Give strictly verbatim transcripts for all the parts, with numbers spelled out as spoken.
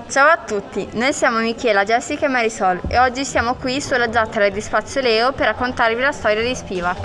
Ciao a tutti, noi siamo Michela, Jessica e Marisol e oggi siamo qui sulla zattera di Spazio Leo per raccontarvi la storia di Spivak.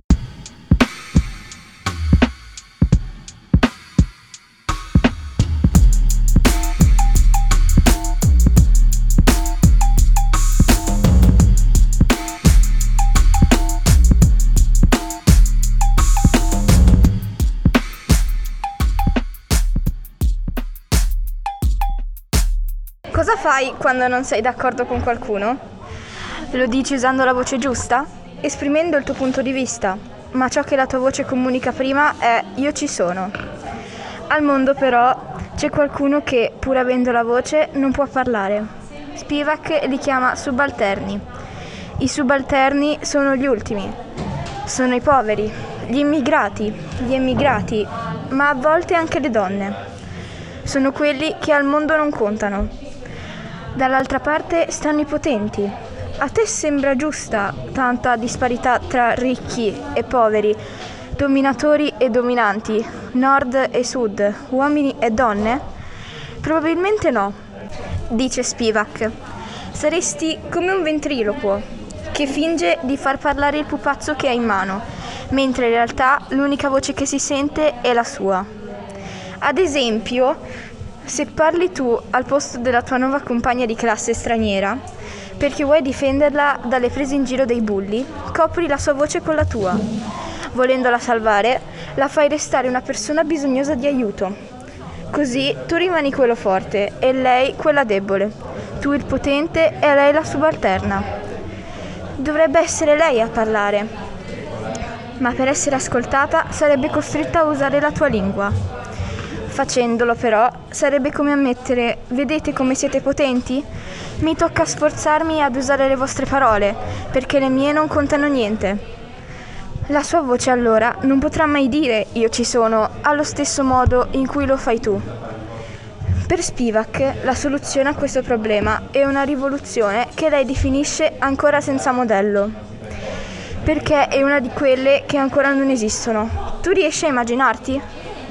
Cosa fai quando non sei d'accordo con qualcuno? Lo dici usando la voce giusta? Esprimendo il tuo punto di vista, ma ciò che la tua voce comunica prima è io ci sono. Al mondo però c'è qualcuno che, pur avendo la voce, non può parlare. Spivak li chiama subalterni. I subalterni sono gli ultimi. Sono i poveri, gli immigrati, gli emigrati, ma a volte anche le donne. Sono quelli che al mondo non contano. Dall'altra parte stanno i potenti. A te sembra giusta tanta disparità tra ricchi e poveri, dominatori e dominanti, nord e sud, uomini e donne? Probabilmente no, dice Spivak. Saresti come un ventriloquo che finge di far parlare il pupazzo che ha in mano, mentre in realtà l'unica voce che si sente è la sua. Ad esempio, se parli tu al posto della tua nuova compagna di classe straniera, perché vuoi difenderla dalle prese in giro dei bulli, copri la sua voce con la tua. Volendola salvare, la fai restare una persona bisognosa di aiuto. Così tu rimani quello forte e lei quella debole. Tu il potente e lei la subalterna. Dovrebbe essere lei a parlare, ma per essere ascoltata sarebbe costretta a usare la tua lingua. Facendolo però sarebbe come ammettere: vedete come siete potenti? Mi tocca sforzarmi ad usare le vostre parole, perché le mie non contano niente. La sua voce allora non potrà mai dire io ci sono allo stesso modo in cui lo fai tu. Per Spivak la soluzione a questo problema è una rivoluzione che lei definisce ancora senza modello, perché è una di quelle che ancora non esistono. Tu riesci a immaginarti?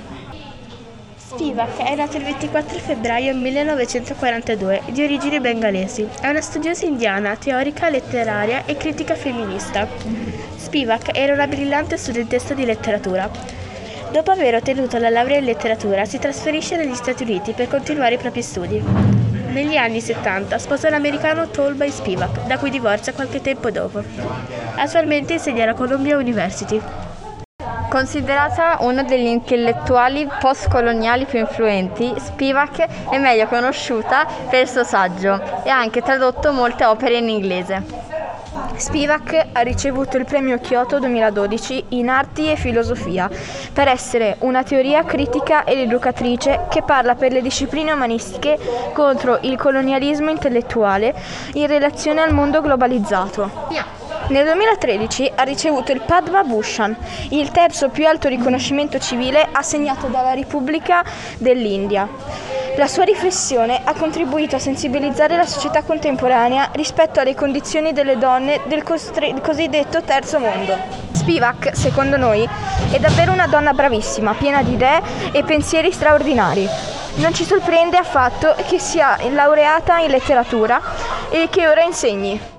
Spivak è nato il ventiquattro febbraio millenovecentoquarantadue, di origini bengalesi. È una studiosa indiana, teorica, letteraria e critica femminista. Spivak era una brillante studentessa di letteratura. Dopo aver ottenuto la laurea in letteratura, si trasferisce negli Stati Uniti per continuare i propri studi. Negli anni settanta sposa l'americano Tolbay Spivak, da cui divorzia qualche tempo dopo. Attualmente insegna alla Columbia University. Considerata uno degli intellettuali postcoloniali più influenti, Spivak è meglio conosciuta per il suo saggio e ha anche tradotto molte opere in inglese. Spivak ha ricevuto il premio Kyoto duemiladodici in arti e filosofia per essere una teoria critica ed educatrice che parla per le discipline umanistiche contro il colonialismo intellettuale in relazione al mondo globalizzato. Nel duemilatredici ha ricevuto il Padma Bhushan, il terzo più alto riconoscimento civile assegnato dalla Repubblica dell'India. La sua riflessione ha contribuito a sensibilizzare la società contemporanea rispetto alle condizioni delle donne del costri- cosiddetto terzo mondo. Spivak, secondo noi, è davvero una donna bravissima, piena di idee e pensieri straordinari. Non ci sorprende affatto che sia laureata in letteratura e che ora insegni.